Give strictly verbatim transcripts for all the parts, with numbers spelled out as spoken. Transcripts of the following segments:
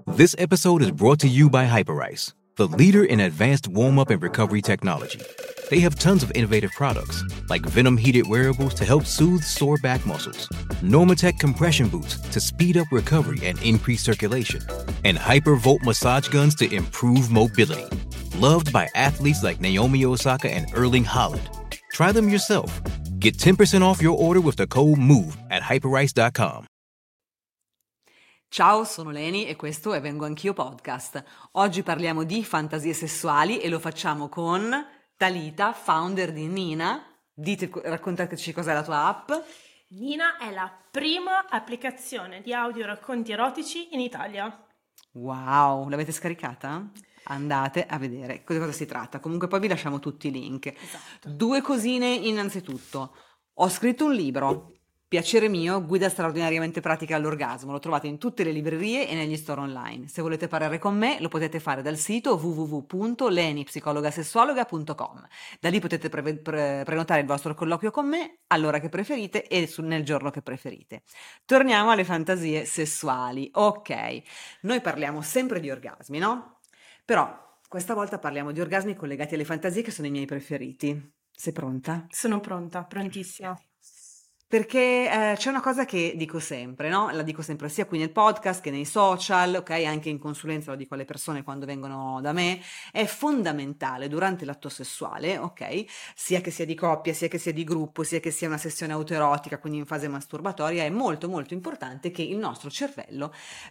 This episode is brought to you by Hyperice, the leader in advanced warm-up and recovery technology. They have tons of innovative products, like Venom-heated wearables to help soothe sore back muscles, Normatec compression boots to speed up recovery and increase circulation, and Hypervolt massage guns to improve mobility. Loved by athletes like Naomi Osaka and Erling Haaland. Try them yourself. Get ten percent off your order with the code MOVE at hyperice dot com. Ciao, sono Leni e questo è Vengo Anch'io Podcast. Oggi parliamo di fantasie sessuali e lo facciamo con Talita, founder di Nina. Dite, raccontateci cos'è la tua app. Nina è la prima applicazione di audio racconti erotici in Italia. Wow, l'avete scaricata? Andate a vedere di cosa si tratta. Comunque poi vi lasciamo tutti i link. Esatto. Due cosine innanzitutto. Ho scritto un libro, Piacere mio, guida straordinariamente pratica all'orgasmo. Lo trovate in tutte le librerie e negli store online. Se volete parlare con me lo potete fare dal sito w w w punto leni psicologa sessuologa punto com. Da lì potete pre- pre- prenotare il vostro colloquio con me all'ora che preferite e su- nel giorno che preferite. Torniamo alle fantasie sessuali. Ok, noi parliamo sempre di orgasmi, no? Però questa volta parliamo di orgasmi collegati alle fantasie che sono i miei preferiti. Sei pronta? Sono pronta, prontissima. Perché eh, c'è una cosa che dico sempre, no? La dico sempre sia qui nel podcast che nei social, ok? Anche in consulenza lo dico alle persone quando vengono da me. È fondamentale durante l'atto sessuale, ok? Sia che sia di coppia, sia che sia di gruppo, sia che sia una sessione autoerotica, quindi in fase masturbatoria, è molto molto importante che il nostro cervello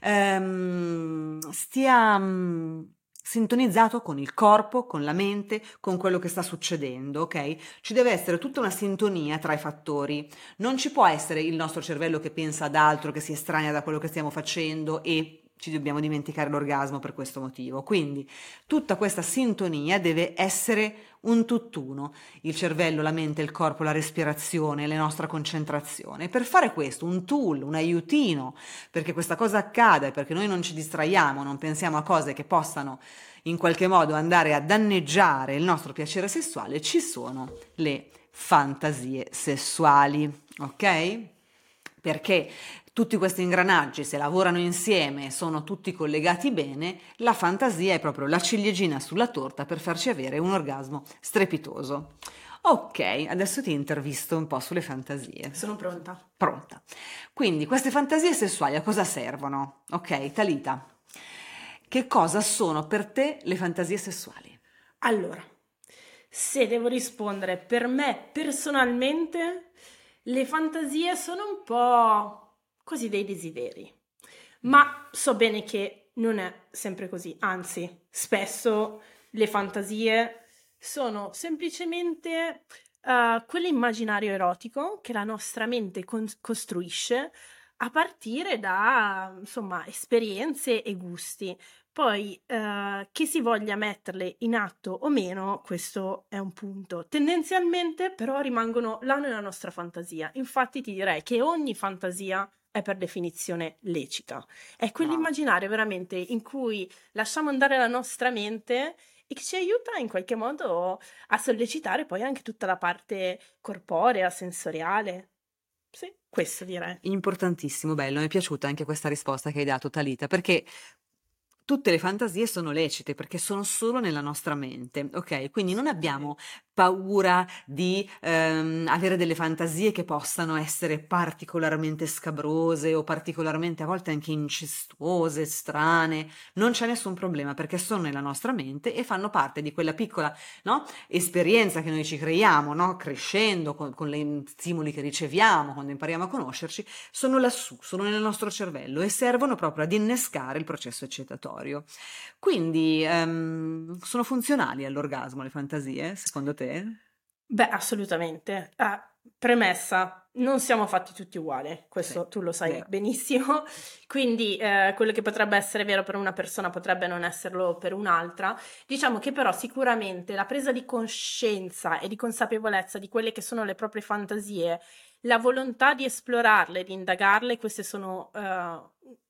ehm, stia... mh, sintonizzato con il corpo, con la mente, con quello che sta succedendo, ok? Ci deve essere tutta una sintonia tra i fattori. Non ci può essere il nostro cervello che pensa ad altro, che si estranea da quello che stiamo facendo e ci dobbiamo dimenticare l'orgasmo per questo motivo. Quindi tutta questa sintonia deve essere un tutt'uno, il cervello, la mente, il corpo, la respirazione, la nostra concentrazione. Per fare questo, un tool, un aiutino, perché questa cosa accada e perché noi non ci distraiamo, non pensiamo a cose che possano in qualche modo andare a danneggiare il nostro piacere sessuale, ci sono le fantasie sessuali, ok? Perché tutti questi ingranaggi, se lavorano insieme, sono tutti collegati bene, la fantasia è proprio la ciliegina sulla torta per farci avere un orgasmo strepitoso. Ok, adesso ti intervisto un po' sulle fantasie. Sono pronta. Pronta. Quindi, queste fantasie sessuali a cosa servono? Ok, Talita, che cosa sono per te le fantasie sessuali? Allora, se devo rispondere per me personalmente, le fantasie sono un po' così dei desideri, ma so bene che non è sempre così, anzi, spesso le fantasie sono semplicemente uh, quell'immaginario erotico che la nostra mente con- costruisce a partire da, insomma, esperienze e gusti. Poi, uh, che si voglia metterle in atto o meno, questo è un punto. Tendenzialmente, però, rimangono là nella nostra fantasia. Infatti ti direi che ogni fantasia è per definizione lecita. È quell'immaginario veramente in cui lasciamo andare la nostra mente e che ci aiuta in qualche modo a sollecitare poi anche tutta la parte corporea, sensoriale. Sì, questo direi. Importantissimo, bello, mi è piaciuta anche questa risposta che hai dato, Talita, perché tutte le fantasie sono lecite perché sono solo nella nostra mente, ok? Quindi non abbiamo paura di ehm, avere delle fantasie che possano essere particolarmente scabrose o particolarmente a volte anche incestuose, strane. Non c'è nessun problema perché sono nella nostra mente e fanno parte di quella piccola, no, esperienza che noi ci creiamo, no? Crescendo con, con gli stimoli che riceviamo, quando impariamo a conoscerci, sono lassù, sono nel nostro cervello e servono proprio ad innescare il processo eccitatorio. Quindi ehm, sono funzionali all'orgasmo le fantasie, secondo te? Beh, assolutamente. Ah, premessa, non siamo fatti tutti uguali, questo Sì, tu lo sai vero. benissimo, quindi eh, quello che potrebbe essere vero per una persona potrebbe non esserlo per un'altra. Diciamo che però sicuramente la presa di coscienza e di consapevolezza di quelle che sono le proprie fantasie, la volontà di esplorarle, di indagarle, queste sono eh,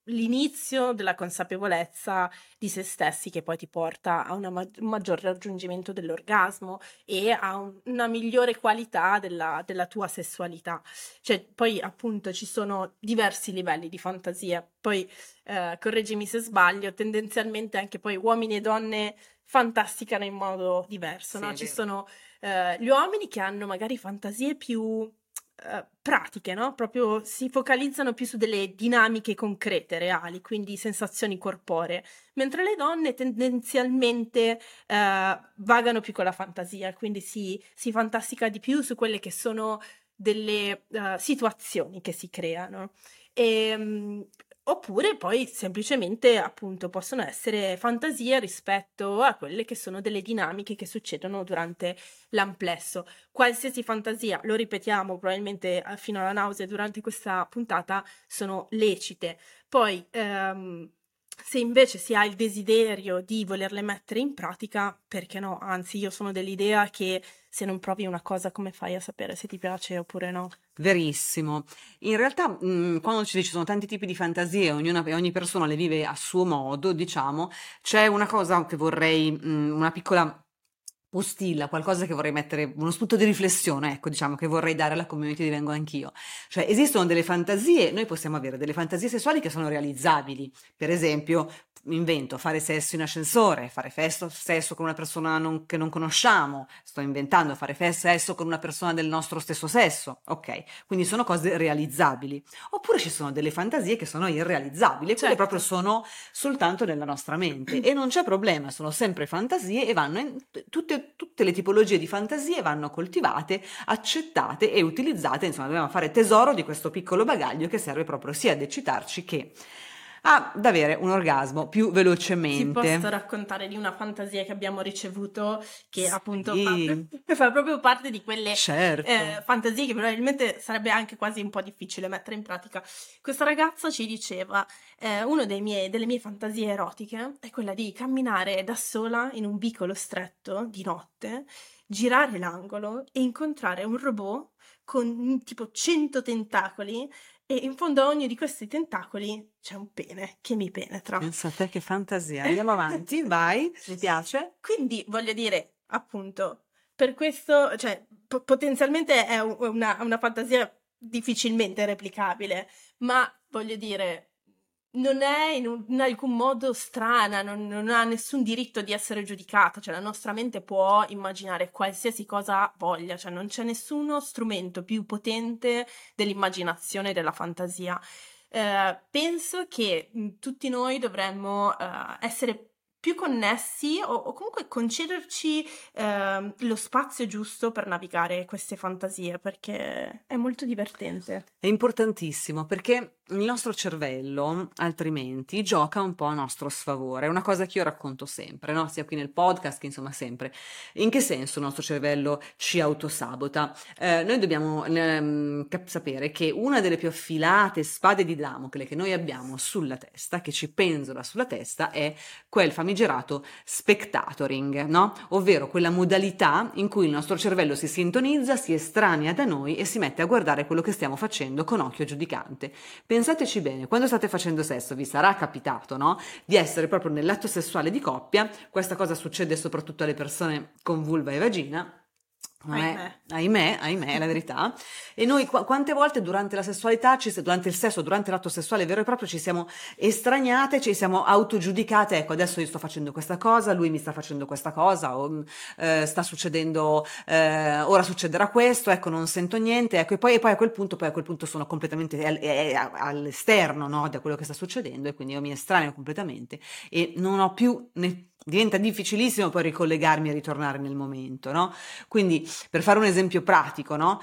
l'inizio della consapevolezza di se stessi, che poi ti porta a una ma- un maggior raggiungimento dell'orgasmo e a un- una migliore qualità della, della tua sessualità. Cioè, poi appunto ci sono diversi livelli di fantasia, poi eh, correggimi se sbaglio, tendenzialmente anche poi uomini e donne fantasticano in modo diverso, Sì, no? è Ci vero. sono eh, gli uomini che hanno magari fantasie più eh, pratiche, no? Proprio si focalizzano più su delle dinamiche concrete, reali, quindi sensazioni corporee, mentre le donne tendenzialmente eh, vagano più con la fantasia, quindi si, si fantastica di più su quelle che sono delle eh, situazioni che si creano. E, mm, oppure poi semplicemente appunto possono essere fantasie rispetto a quelle che sono delle dinamiche che succedono durante l'amplesso. Qualsiasi fantasia, lo ripetiamo probabilmente eh, fino alla nausea durante questa puntata, sono lecite. Poi, ehm, se invece si ha il desiderio di volerle mettere in pratica, perché no? Anzi, io sono dell'idea che se non provi una cosa, come fai a sapere se ti piace oppure no? Verissimo. In realtà, mh, quando ci ci sono tanti tipi di fantasie, ognuna, e ogni persona le vive a suo modo, diciamo, c'è una cosa che vorrei, mh, una piccola postilla, qualcosa che vorrei mettere, uno spunto di riflessione, ecco, diciamo, che vorrei dare alla community di Vengo Anch'io. Cioè, esistono delle fantasie, noi possiamo avere delle fantasie sessuali che sono realizzabili. Per esempio, invento, fare sesso in ascensore, fare fesso- sesso con una persona non- che non conosciamo, sto inventando, fare fe- sesso con una persona del nostro stesso sesso, ok? Quindi sono cose realizzabili. Oppure ci sono delle fantasie che sono irrealizzabili, e quelle Certo. proprio sono soltanto nella nostra mente, e non c'è problema, sono sempre fantasie e vanno in, tutte, tutte le tipologie di fantasie vanno coltivate, accettate e utilizzate. Insomma, dobbiamo fare tesoro di questo piccolo bagaglio che serve proprio sia ad eccitarci che ad avere un orgasmo più Ti posso velocemente. raccontare di una fantasia che abbiamo ricevuto che appunto fa, Sì, fa proprio parte di quelle certo. eh, fantasie che probabilmente sarebbe anche quasi un po' difficile mettere in pratica. Questa ragazza ci diceva, eh, una delle mie fantasie erotiche è quella di camminare da sola in un vicolo stretto di notte, girare l'angolo e incontrare un robot con tipo cento tentacoli e in fondo a ogni di questi tentacoli c'è un pene che mi penetra. Pensa a te che fantasia. Andiamo avanti, vai, mi piace. Quindi voglio dire, appunto, per questo, cioè, po- potenzialmente è un- una, una fantasia difficilmente replicabile, ma voglio dire, non è in, un- in alcun modo strana, non, non ha nessun diritto di essere giudicata, cioè la nostra mente può immaginare qualsiasi cosa voglia, cioè non c'è nessuno strumento più potente dell'immaginazione e della fantasia. Eh, penso che mh, tutti noi dovremmo eh, essere più connessi o, o comunque concederci ehm, lo spazio giusto per navigare queste fantasie, perché è molto divertente. È importantissimo perché il nostro cervello altrimenti gioca un po' a nostro sfavore. È una cosa che io racconto sempre, no? Sia qui nel podcast che insomma sempre. In che senso il nostro cervello ci autosabota? Eh, noi dobbiamo ehm, cap- sapere che una delle più affilate spade di Damocle che noi abbiamo sulla testa, che ci penzola sulla testa, è quel famigerato spectatoring, no? Ovvero quella modalità in cui il nostro cervello si sintonizza, si estranea da noi e si mette a guardare quello che stiamo facendo con occhio giudicante. Pensateci bene, quando state facendo sesso vi sarà capitato, no? Di essere proprio nell'atto sessuale di coppia. Questa cosa succede soprattutto alle persone con vulva e vagina. Non è, Ahimè. ahimè, ahimè, è la verità. E noi qu- quante volte durante la sessualità, ci, durante il sesso, durante l'atto sessuale vero e proprio, ci siamo estraniate, ci siamo autogiudicate. Ecco, adesso io sto facendo questa cosa, lui mi sta facendo questa cosa, o eh, sta succedendo, eh, ora succederà questo, ecco, non sento niente, ecco, e poi, e poi a quel punto, poi a quel punto sono completamente al- è- è all'esterno, no, da quello che sta succedendo, e quindi io mi estraneo completamente e non ho più, ne- diventa difficilissimo poi ricollegarmi e ritornare nel momento, no? Quindi, per fare un esempio pratico, no?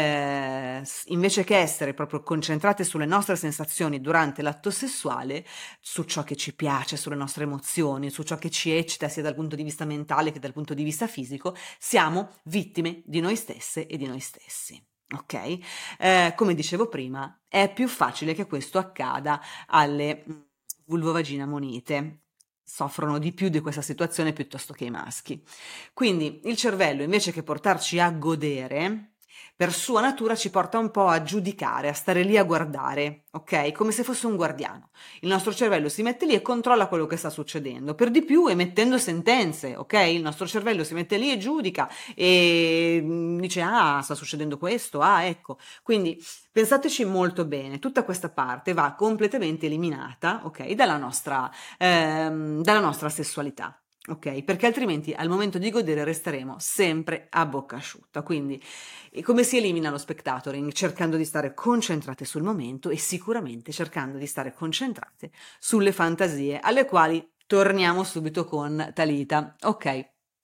Eh, invece che essere proprio concentrate sulle nostre sensazioni durante l'atto sessuale, su ciò che ci piace, sulle nostre emozioni, su ciò che ci eccita sia dal punto di vista mentale che dal punto di vista fisico, siamo vittime di noi stesse e di noi stessi. Ok? Eh, come dicevo prima, è più facile che questo accada alle vulvovagina monite. Soffrono di più di questa situazione piuttosto che i maschi. Quindi il cervello, invece che portarci a godere, per sua natura ci porta un po' a giudicare, a stare lì a guardare, ok? Come se fosse un guardiano. Il nostro cervello si mette lì e controlla quello che sta succedendo, per di più emettendo sentenze, ok? Il nostro cervello si mette lì e giudica e dice ah, sta succedendo questo, ah, ecco. Quindi pensateci molto bene, tutta questa parte va completamente eliminata, ok? Dalla nostra, ehm, dalla nostra sessualità. Ok, perché altrimenti al momento di godere resteremo sempre a bocca asciutta. Quindi, come si elimina lo spectatoring? Cercando di stare concentrate sul momento e sicuramente cercando di stare concentrate sulle fantasie, alle quali torniamo subito con Talita. Ok.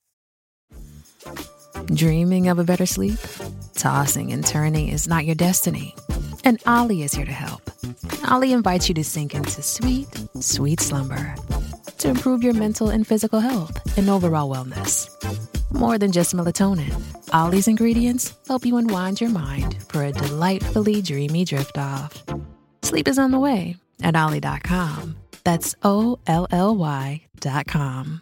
Dreaming of a better sleep? Tossing and turning is not your destiny. And Ollie is here to help. Ollie invites you to sink into sweet, sweet slumber to improve your mental and physical health and overall wellness. More than just melatonin, Ollie's ingredients help you unwind your mind for a delightfully dreamy drift off. Sleep is on the way at ollie dot com. That's O L L Y dot com.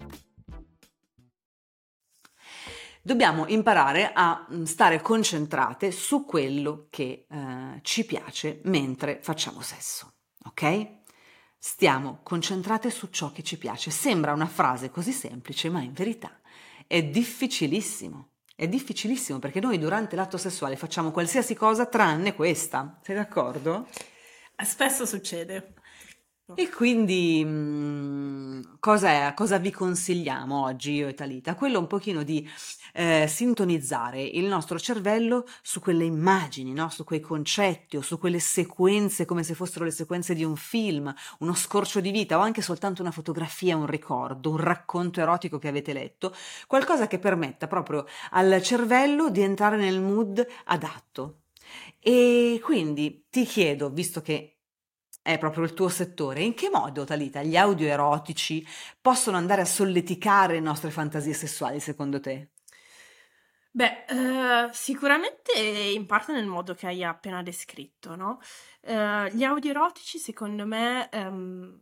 Dobbiamo imparare a stare concentrate su quello che eh, ci piace mentre facciamo sesso, ok? Stiamo concentrate su ciò che ci piace. Sembra una frase così semplice, ma in verità è difficilissimo. È difficilissimo perché noi durante l'atto sessuale facciamo qualsiasi cosa tranne questa. Sei d'accordo? Spesso succede. E quindi mh, cosa, è, cosa vi consigliamo oggi io e Talita? Quello un pochino di eh, sintonizzare il nostro cervello su quelle immagini, no? Su quei concetti o su quelle sequenze come se fossero le sequenze di un film, uno scorcio di vita o anche soltanto una fotografia, un ricordo, un racconto erotico che avete letto, qualcosa che permetta proprio al cervello di entrare nel mood adatto. E quindi ti chiedo, visto che è proprio il tuo settore, in che modo, Talita, gli audio erotici possono andare a solleticare le nostre fantasie sessuali, secondo te? Beh, eh, sicuramente in parte nel modo che hai appena descritto, no? Eh, gli audio erotici, secondo me, ehm,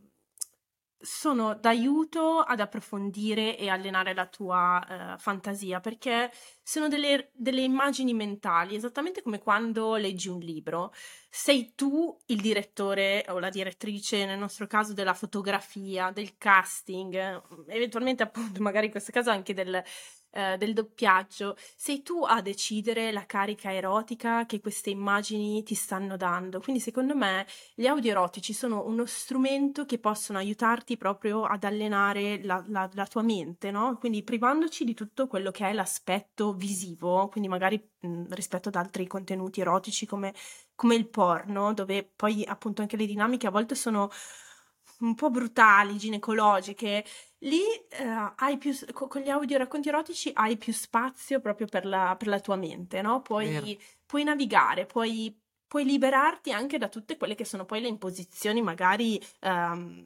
sono d'aiuto ad approfondire e allenare la tua eh, fantasia, perché sono delle, delle immagini mentali, esattamente come quando leggi un libro. Sei tu il direttore o la direttrice, nel nostro caso, della fotografia, del casting, eventualmente appunto magari in questo caso anche del, eh, del doppiaggio. Sei tu a decidere la carica erotica che queste immagini ti stanno dando. Quindi secondo me gli audio erotici sono uno strumento che possono aiutarti proprio ad allenare la, la, la tua mente, no? Quindi privandoci di tutto quello che è l'aspetto visivo, quindi magari mh, rispetto ad altri contenuti erotici come, come il porno, dove poi appunto anche le dinamiche a volte sono un po' brutali, ginecologiche. Lì eh, hai più, co- con gli audio racconti erotici hai più spazio proprio per la, per la tua mente, no? Puoi, puoi navigare, puoi puoi liberarti anche da tutte quelle che sono poi le imposizioni magari ehm,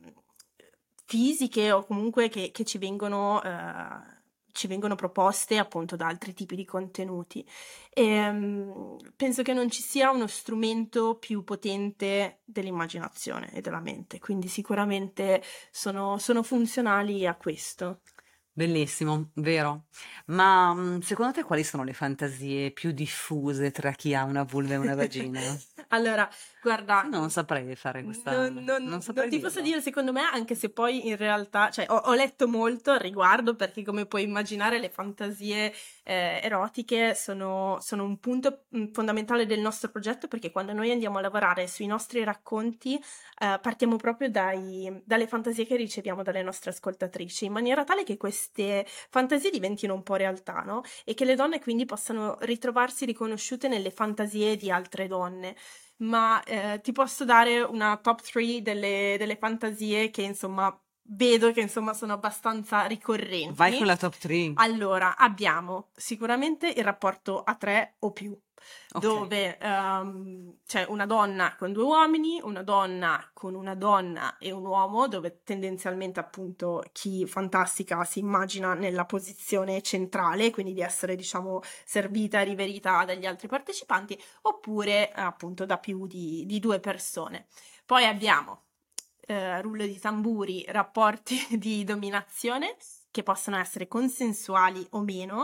fisiche o comunque che, che ci vengono, eh, ci vengono proposte appunto da altri tipi di contenuti. E, um, penso che non ci sia uno strumento più potente dell'immaginazione e della mente, quindi sicuramente sono, sono funzionali a questo. Bellissimo, vero. Ma mh, secondo te quali sono le fantasie più diffuse tra chi ha una vulva e una vagina? Allora, guarda, Non saprei fare questa... non, non- non non saprei ti posso dirlo. dire secondo me, anche se poi in realtà, cioè ho, ho letto molto al riguardo, perché come puoi immaginare le fantasie eh, erotiche sono, sono un punto mh, fondamentale del nostro progetto, perché quando noi andiamo a lavorare sui nostri racconti eh, partiamo proprio dai- dalle fantasie che riceviamo dalle nostre ascoltatrici, in maniera tale che queste fantasie diventino un po' realtà, no? E che le donne quindi possano ritrovarsi riconosciute nelle fantasie di altre donne. Ma eh, ti posso dare una top tre delle, delle fantasie che insomma vedo che insomma sono abbastanza ricorrenti. Vai con la top tre. Allora, abbiamo sicuramente il rapporto a tre o più, Ok. dove ehm, c'è una donna con due uomini, una donna con una donna e un uomo, dove tendenzialmente appunto chi fantastica si immagina nella posizione centrale, quindi di essere diciamo servita e riverita dagli altri partecipanti, oppure eh, appunto da più di, di due persone. Poi abbiamo eh, rullo di tamburi, rapporti di dominazione che possono essere consensuali o meno,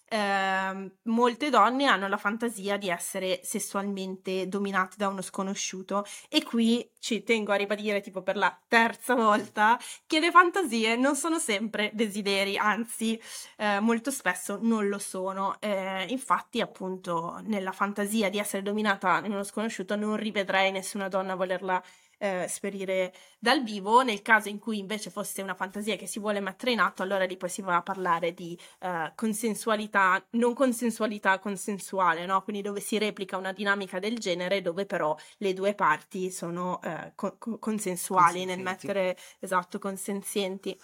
eh, molte donne hanno la fantasia di essere sessualmente dominate da uno sconosciuto, e qui ci tengo a ribadire tipo per la terza volta che le fantasie non sono sempre desideri, anzi eh, molto spesso non lo sono. Eh, infatti appunto nella fantasia di essere dominata da uno sconosciuto non rivedrei nessuna donna volerla eh, esperire dal vivo. Nel caso in cui invece fosse una fantasia che si vuole mettere in atto, allora lì poi si va a parlare di eh, consensualità, non consensualità consensuale, no? Quindi dove si replica una dinamica del genere, dove però le due parti sono eh, co- co- consensuali nel mettere, esatto, consenzienti.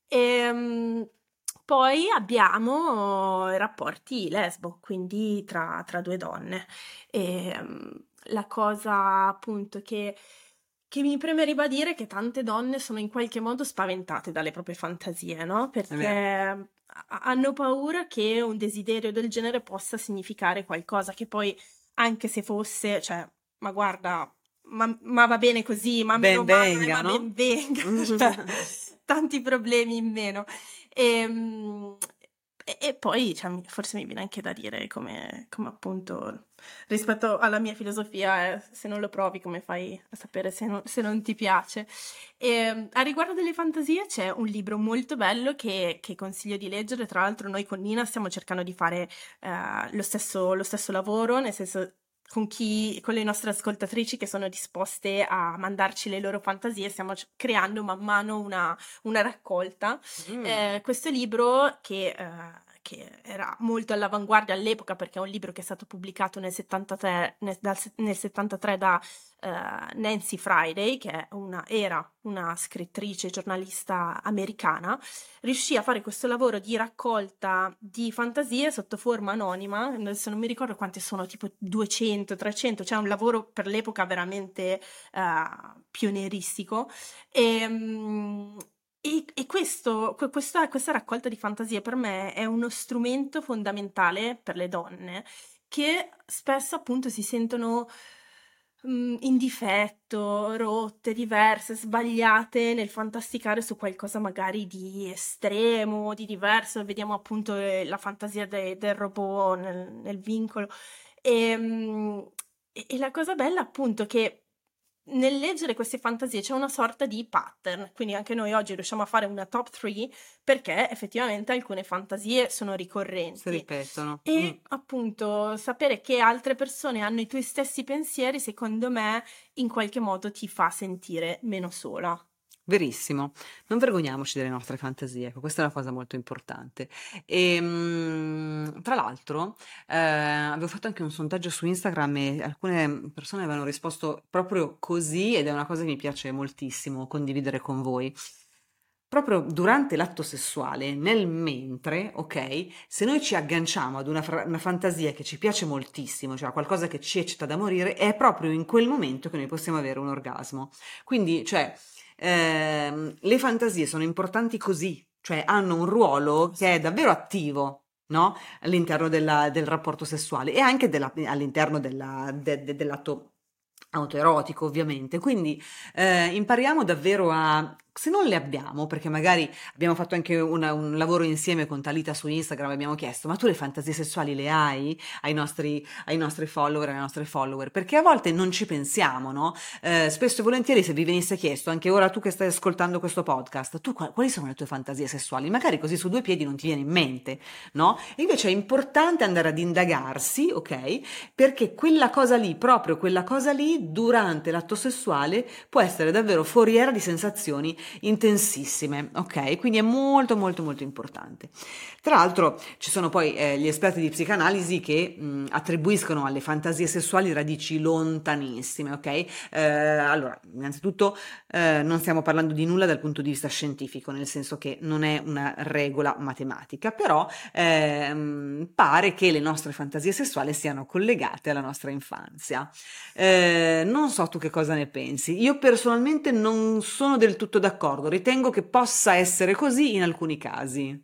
E, poi abbiamo i rapporti lesbo, quindi tra, tra due donne. E, um, la cosa appunto che, che mi preme ribadire è che tante donne sono in qualche modo spaventate dalle proprie fantasie, no? Perché a- hanno paura che un desiderio del genere possa significare qualcosa che poi, anche se fosse, cioè, ma guarda, ma, ma va bene così, ma Ben meno male, venga, ma no? ben venga, cioè, tanti problemi in meno. E, e, e poi cioè, mi- forse mi viene anche da dire come, come appunto rispetto alla mia filosofia, eh, se non lo provi come fai a sapere se non, se non ti piace. E, a riguardo delle fantasie c'è un libro molto bello che, che consiglio di leggere. Tra l'altro noi con Nina stiamo cercando di fare eh, lo stesso, lo stesso lavoro, nel senso con chi, con le nostre ascoltatrici che sono disposte a mandarci le loro fantasie, stiamo c- creando man mano una, una raccolta. Mm. Eh, questo libro che, eh, che era molto all'avanguardia all'epoca, perché è un libro che è stato pubblicato nel settantatré, nel, dal- nel settantatré da eh, Nancy Friday, che è una, era una scrittrice, giornalista americana. Riuscì a fare questo lavoro di raccolta di fantasie sotto forma anonima. Adesso non mi ricordo quante sono, tipo duecento, trecento, cioè un lavoro per l'epoca veramente eh, pionieristico. E, mm, e, e questo, que- questa, questa raccolta di fantasie per me è uno strumento fondamentale per le donne che spesso appunto si sentono mm, in difetto, rotte, diverse, sbagliate nel fantasticare su qualcosa magari di estremo, di diverso. Vediamo appunto eh, la fantasia de- del robot nel, nel vincolo. E, mm, e- e la cosa bella appunto che nel leggere queste fantasie c'è una sorta di pattern, quindi anche noi oggi riusciamo a fare una top tre perché effettivamente alcune fantasie sono Si ricorrenti. ripetono. E Mm. appunto sapere che altre persone hanno i tuoi stessi pensieri, secondo me, in qualche modo ti fa sentire meno sola. Verissimo, non vergogniamoci delle nostre fantasie, ecco, questa è una cosa molto importante. E, mm, tra l'altro, eh, avevo fatto anche un sondaggio su Instagram e alcune persone avevano risposto proprio così, ed è una cosa che mi piace moltissimo condividere con voi. Proprio durante l'atto sessuale, nel mentre, ok, se noi ci agganciamo ad una, fra- una fantasia che ci piace moltissimo, cioè qualcosa che ci eccita da morire, è proprio in quel momento che noi possiamo avere un orgasmo. Quindi, cioè, ehm, le fantasie sono importanti così, cioè hanno un ruolo che è davvero attivo, no? All'interno della- del rapporto sessuale e anche della- all'interno della- de- de- dell'atto autoerotico, ovviamente. Quindi eh, impariamo davvero a, se non le abbiamo, perché magari abbiamo fatto anche una- un lavoro insieme con Talita su Instagram, abbiamo chiesto, ma tu le fantasie sessuali le hai ai nostri, ai nostri follower, alle nostre follower? Perché a volte non ci pensiamo, no? Eh, spesso e volentieri se vi venisse chiesto, anche ora tu che stai ascoltando questo podcast, tu qual- quali sono le tue fantasie sessuali? Magari così su due piedi non ti viene in mente, no? E invece è importante andare ad indagarsi, ok? Perché quella cosa lì, proprio quella cosa lì, durante l'atto sessuale può essere davvero foriera di sensazioni intensissime, ok? Quindi è molto molto molto importante. Tra l'altro ci sono poi eh, gli esperti di psicanalisi che mh, attribuiscono alle fantasie sessuali radici lontanissime, ok? Eh, allora, innanzitutto eh, non stiamo parlando di nulla dal punto di vista scientifico, nel senso che non è una regola matematica, però ehm, pare che le nostre fantasie sessuali siano collegate alla nostra infanzia. Eh, non so tu che cosa ne pensi. Io personalmente non sono del tutto d'accordo, ritengo che possa essere così in alcuni casi.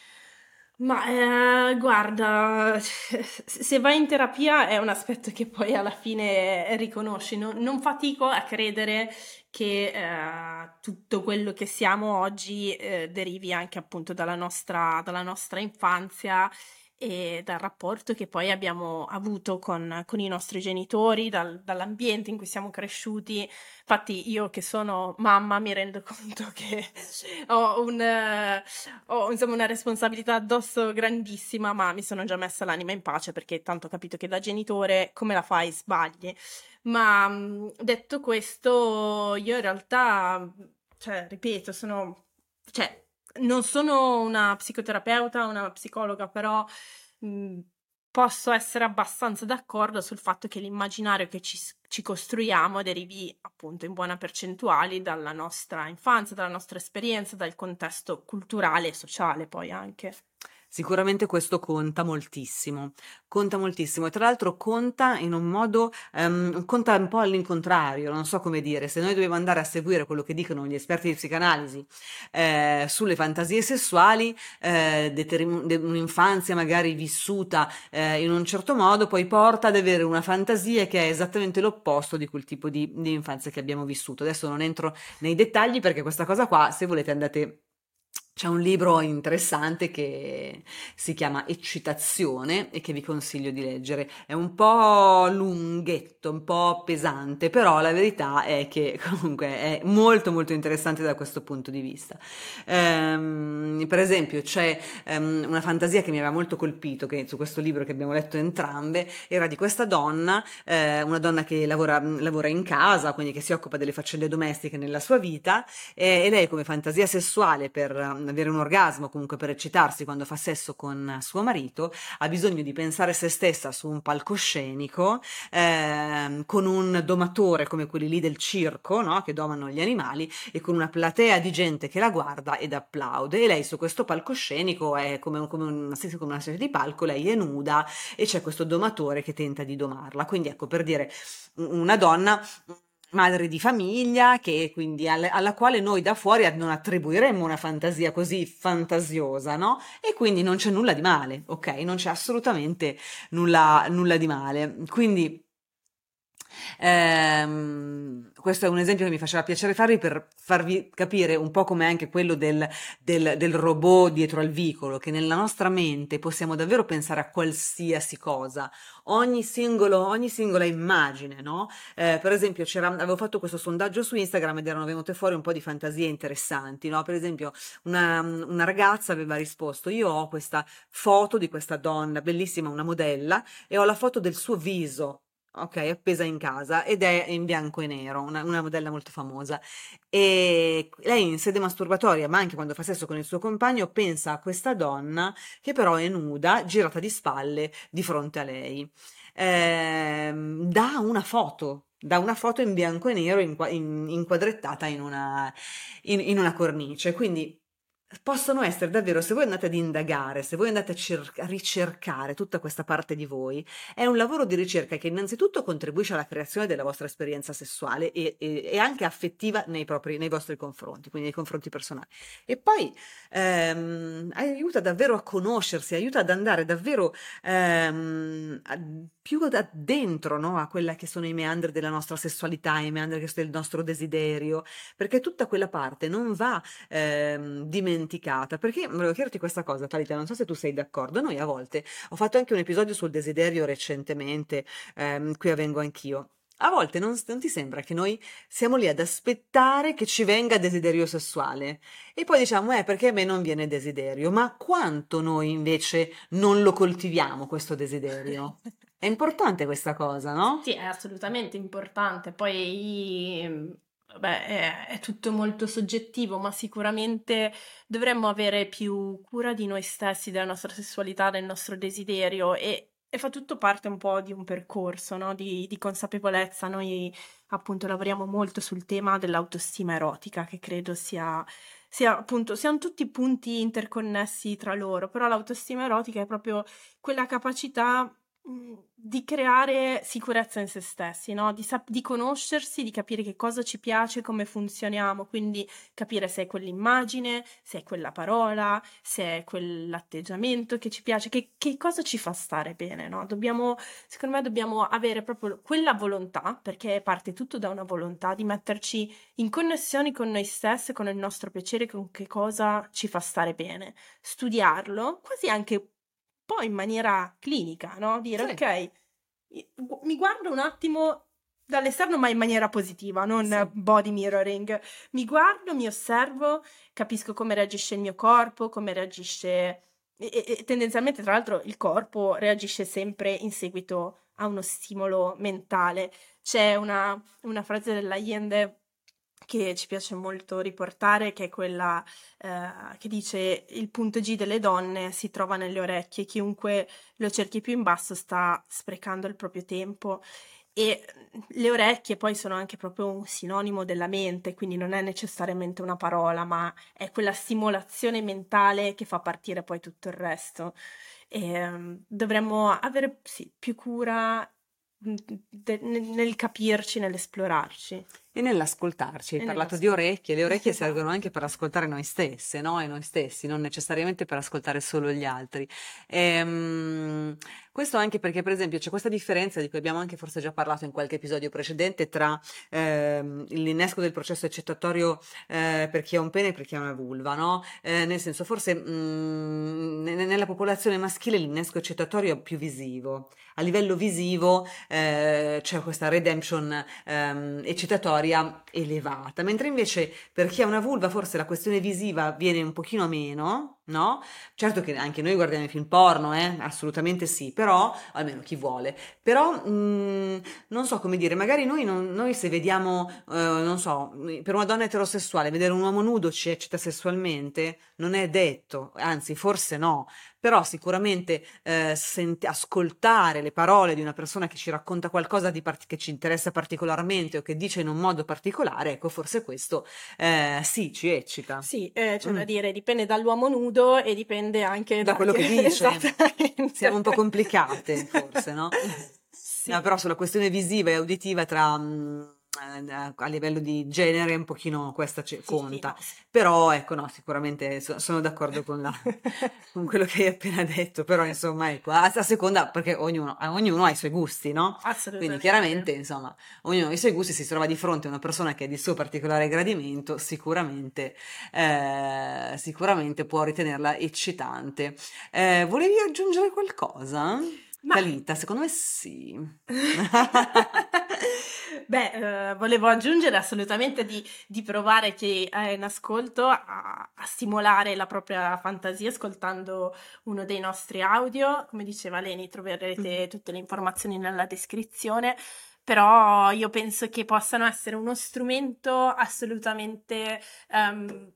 Ma eh, guarda, se vai in terapia è un aspetto che poi alla fine riconosci. Non, non fatico a credere che eh, tutto quello che siamo oggi eh, derivi anche appunto dalla nostra, dalla nostra infanzia. e dal rapporto che poi abbiamo avuto con, con i nostri genitori, dal- dall'ambiente in cui siamo cresciuti. Infatti io che sono mamma mi rendo conto che ho, un, eh, ho insomma una responsabilità addosso grandissima, ma mi sono già messa l'anima in pace perché tanto ho capito che da genitore come la fai sbagli. Ma mh, detto questo, io in realtà, cioè, ripeto, sono, cioè, non sono una psicoterapeuta, una psicologa, però mh, posso essere abbastanza d'accordo sul fatto che l'immaginario che ci, ci costruiamo derivi appunto in buona percentuale dalla nostra infanzia, dalla nostra esperienza, dal contesto culturale e sociale poi anche. Sicuramente questo conta moltissimo, conta moltissimo e tra l'altro conta in un modo, ehm, conta un po' all'incontrario, non so come dire, se noi dobbiamo andare a seguire quello che dicono gli esperti di psicanalisi eh, sulle fantasie sessuali, eh, determin- de- un'infanzia magari vissuta eh, in un certo modo poi porta ad avere una fantasia che è esattamente l'opposto di quel tipo di, di infanzia che abbiamo vissuto. Adesso non entro nei dettagli perché questa cosa qua, se volete andate... C'è un libro interessante che si chiama Eccitazione e che vi consiglio di leggere. È un po' lunghetto, un po' pesante, però la verità è che comunque è molto molto interessante da questo punto di vista. Ehm, per esempio, c'è ehm, una fantasia che mi aveva molto colpito, che su questo libro che abbiamo letto entrambe, era di questa donna, eh, una donna che lavora, lavora in casa, quindi che si occupa delle faccende domestiche nella sua vita, e, e lei come fantasia sessuale per avere un orgasmo, comunque per eccitarsi quando fa sesso con suo marito, ha bisogno di pensare se stessa su un palcoscenico ehm, con un domatore come quelli lì del circo, no? Che domano gli animali, e con una platea di gente che la guarda ed applaude, e lei su questo palcoscenico è come, come, una, sì, come una serie di palco, lei è nuda e c'è questo domatore che tenta di domarla. Quindi ecco, per dire, una donna madre di famiglia, che quindi alla, alla quale noi da fuori non attribuiremmo una fantasia così fantasiosa, no? E quindi non c'è nulla di male, ok? Non c'è assolutamente nulla, nulla di male. Quindi ehm, questo è un esempio che mi faceva piacere farvi per farvi capire un po' come anche quello del, del, del robot dietro al vicolo, che nella nostra mente possiamo davvero pensare a qualsiasi cosa, ogni singolo, ogni singola immagine, no? Eh, per esempio, c'era, avevo fatto questo sondaggio su Instagram ed erano venute fuori un po' di fantasie interessanti, no? Per esempio, una, una ragazza aveva risposto: io ho questa foto di questa donna bellissima, una modella, e ho la foto del suo viso. Ok, appesa in casa ed è in bianco e nero, una, una modella molto famosa. E lei in sede masturbatoria, ma anche quando fa sesso con il suo compagno, pensa a questa donna che però è nuda, girata di spalle di fronte a lei. Ehm, da una foto, da una foto in bianco e nero inqua- in- inquadrettata in una, in, in una cornice. Quindi possono essere davvero, se voi andate ad indagare, se voi andate a, cer- a ricercare tutta questa parte di voi, è un lavoro di ricerca che innanzitutto contribuisce alla creazione della vostra esperienza sessuale e, e- e anche affettiva nei, propri, nei vostri confronti, quindi nei confronti personali. E poi ehm, aiuta davvero a conoscersi, aiuta ad andare davvero ehm, a- più da dentro, no, a quella che sono i meandri della nostra sessualità, i meandri che sono del nostro desiderio, perché tutta quella parte non va ehm, dimenticata. Perché volevo chiederti questa cosa, Talita, non so se tu sei d'accordo. Noi a volte, ho fatto anche un episodio sul desiderio recentemente, ehm, qui a Vengo Anch'io. A volte non, non ti sembra che noi siamo lì ad aspettare che ci venga desiderio sessuale e poi diciamo, eh, perché a me non viene desiderio, ma quanto noi invece non lo coltiviamo questo desiderio? È importante questa cosa, no? Sì, è assolutamente importante. Poi, ehm, vabbè, è, è tutto molto soggettivo, ma sicuramente dovremmo avere più cura di noi stessi, della nostra sessualità, del nostro desiderio e, e fa tutto parte un po' di un percorso, no? Di, di consapevolezza. Noi appunto lavoriamo molto sul tema dell'autostima erotica, che credo sia, sia appunto, siano tutti punti interconnessi tra loro, però l'autostima erotica è proprio quella capacità mh, di creare sicurezza in se stessi, no? Di, sap- di conoscersi, di capire che cosa ci piace, come funzioniamo, quindi capire se è quell'immagine, se è quella parola, se è quell'atteggiamento che ci piace, che, che cosa ci fa stare bene, no? Dobbiamo, secondo me dobbiamo avere proprio quella volontà, perché parte tutto da una volontà di metterci in connessione con noi stessi, con il nostro piacere, con che cosa ci fa stare bene, studiarlo, quasi anche po' in maniera clinica, no? Dire Sì. ok, mi guardo un attimo dall'esterno ma in maniera positiva, non Sì. body mirroring. Mi guardo, mi osservo, capisco come reagisce il mio corpo, come reagisce... E, e, e tendenzialmente, tra l'altro, il corpo reagisce sempre in seguito a uno stimolo mentale. C'è una, una frase dell'Allende che ci piace molto riportare, che è quella eh, che dice: il punto G delle donne si trova nelle orecchie, chiunque lo cerchi più in basso sta sprecando il proprio tempo. E le orecchie poi sono anche proprio un sinonimo della mente, quindi non è necessariamente una parola, ma è quella stimolazione mentale che fa partire poi tutto il resto. E, um, dovremmo avere sì, più cura de- nel capirci, nell'esplorarci. E nell'ascoltarci. Hai E parlato di nell'ascoltarci. orecchie, le orecchie Esatto. servono anche per ascoltare noi stesse, no? E noi stessi, non necessariamente per ascoltare solo gli altri. Ehm, questo anche perché, per esempio, c'è questa differenza di cui abbiamo anche forse già parlato in qualche episodio precedente tra ehm, l'innesco del processo accettatorio eh, per chi ha un pene e per chi ha una vulva, no? Eh, nel senso, forse mh, ne- nella popolazione maschile l'innesco accettatorio è più visivo. A livello visivo eh, c'è questa redemption ehm, eccitatoria elevata, mentre invece per chi ha una vulva forse la questione visiva viene un pochino meno, no? Certo che anche noi guardiamo i film porno, eh? Assolutamente sì, però, almeno chi vuole, però mh, non so come dire, magari noi, non, noi se vediamo, eh, non so, per una donna eterosessuale vedere un uomo nudo ci eccita sessualmente, non è detto, anzi forse no, però sicuramente eh, senti- ascoltare le parole di una persona che ci racconta qualcosa di part- che ci interessa particolarmente o che dice in un modo particolare, ecco, forse questo eh, sì, ci eccita. Sì, eh, c'è da Mm. dire, dipende dall'uomo nudo e dipende anche Da quello che dice. Esattamente. Siamo un po' complicate, forse, no? Sì. No, però sulla questione visiva e uditiva tra mm, eh, a livello di genere un pochino questa ci- Sì, sì, conta. no, sì. Però ecco, no, sicuramente so- sono d'accordo con, la, con quello che hai appena detto, però insomma, ecco, a, a seconda, perché ognuno, a- ognuno ha i suoi gusti, no? Quindi Assolutamente. chiaramente, insomma, ognuno ha i suoi gusti, si trova di fronte a una persona che è di suo particolare gradimento, sicuramente, eh, sicuramente può ritenerla eccitante. Eh, volevi aggiungere qualcosa? Ma- Talita, secondo me sì. Beh, eh, volevo aggiungere assolutamente di, di provare chi è in ascolto a, a stimolare la propria fantasia ascoltando uno dei nostri audio. Come diceva Leni, troverete tutte le informazioni nella descrizione, però io penso che possano essere uno strumento assolutamente ehm,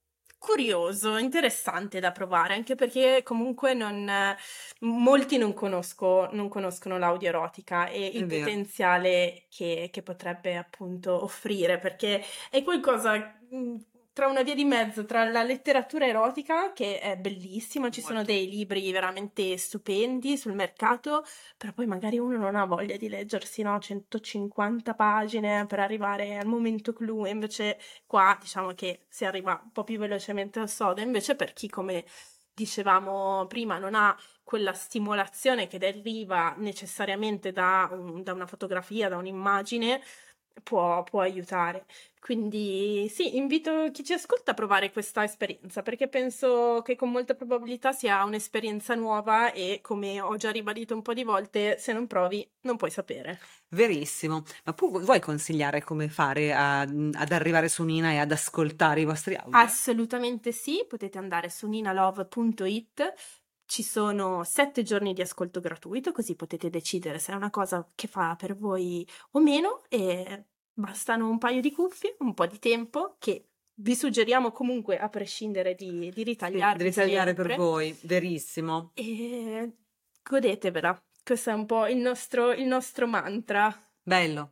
curioso, interessante da provare, anche perché comunque non, eh, molti non conosco, non conoscono l'audio erotica e il È vero. potenziale che, che potrebbe appunto offrire, perché è qualcosa mh, tra una via di mezzo tra la letteratura erotica, che è bellissima, ci sono Molto. dei libri veramente stupendi sul mercato, però poi magari uno non ha voglia di leggersi, no, centocinquanta pagine per arrivare al momento clou, e invece qua diciamo che si arriva un po' più velocemente al sodo. Invece per chi, come dicevamo prima, non ha quella stimolazione che deriva necessariamente da, un- da una fotografia, da un'immagine, può, può aiutare. Quindi sì, invito chi ci ascolta a provare questa esperienza, perché penso che con molta probabilità sia un'esperienza nuova e, come ho già ribadito un po' di volte, se non provi non puoi sapere. Verissimo. Ma pu- vuoi consigliare come fare a- ad arrivare su Nina e ad ascoltare i vostri audio? Assolutamente sì, potete andare su ninalove punto it, ci sono sette giorni di ascolto gratuito, così potete decidere se è una cosa che fa per voi o meno, e bastano un paio di cuffie, un po' di tempo, che vi suggeriamo comunque a prescindere di, di Sì, ritagliarvi devi tagliare per sempre, voi, verissimo. e godetevela. Questo è un po' il nostro, il nostro mantra. Bello.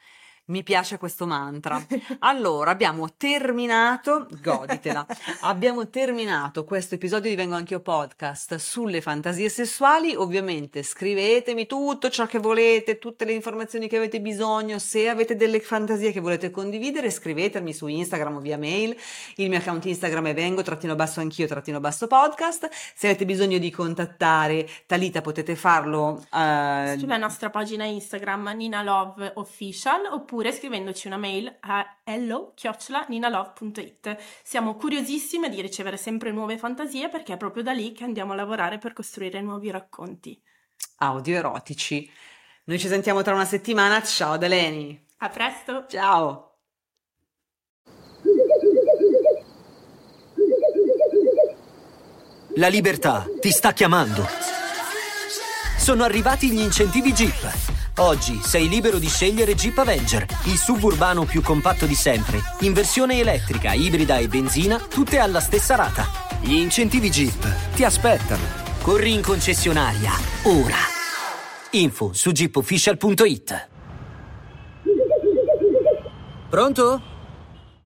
Mi piace questo mantra. Allora, abbiamo terminato, goditela, abbiamo terminato questo episodio di Vengo Anch'io Podcast sulle fantasie sessuali. Ovviamente scrivetemi tutto ciò che volete, tutte le informazioni che avete bisogno. Se avete delle fantasie che volete condividere, scrivetemi su Instagram o via mail. Il mio account Instagram è vengo trattino basso anch'io trattino basso podcast. Se avete bisogno di contattare Talita potete farlo eh, Sulla nostra pagina Instagram Nina Love Official, oppure oppure scrivendoci una mail a hello chiocciola ninalove punto it. Siamo curiosissime di ricevere sempre nuove fantasie, perché è proprio da lì che andiamo a lavorare per costruire nuovi racconti audioerotici. Noi ci sentiamo tra una settimana. Ciao da Leni. A presto. Ciao. La libertà ti sta chiamando. Sono arrivati gli incentivi Jeep. Oggi sei libero di scegliere Jeep Avenger, il suburbano più compatto di sempre, in versione elettrica, ibrida e benzina, tutte alla stessa rata. Gli incentivi Jeep ti aspettano. Corri in concessionaria, ora. Info su jeep official punto it. Pronto?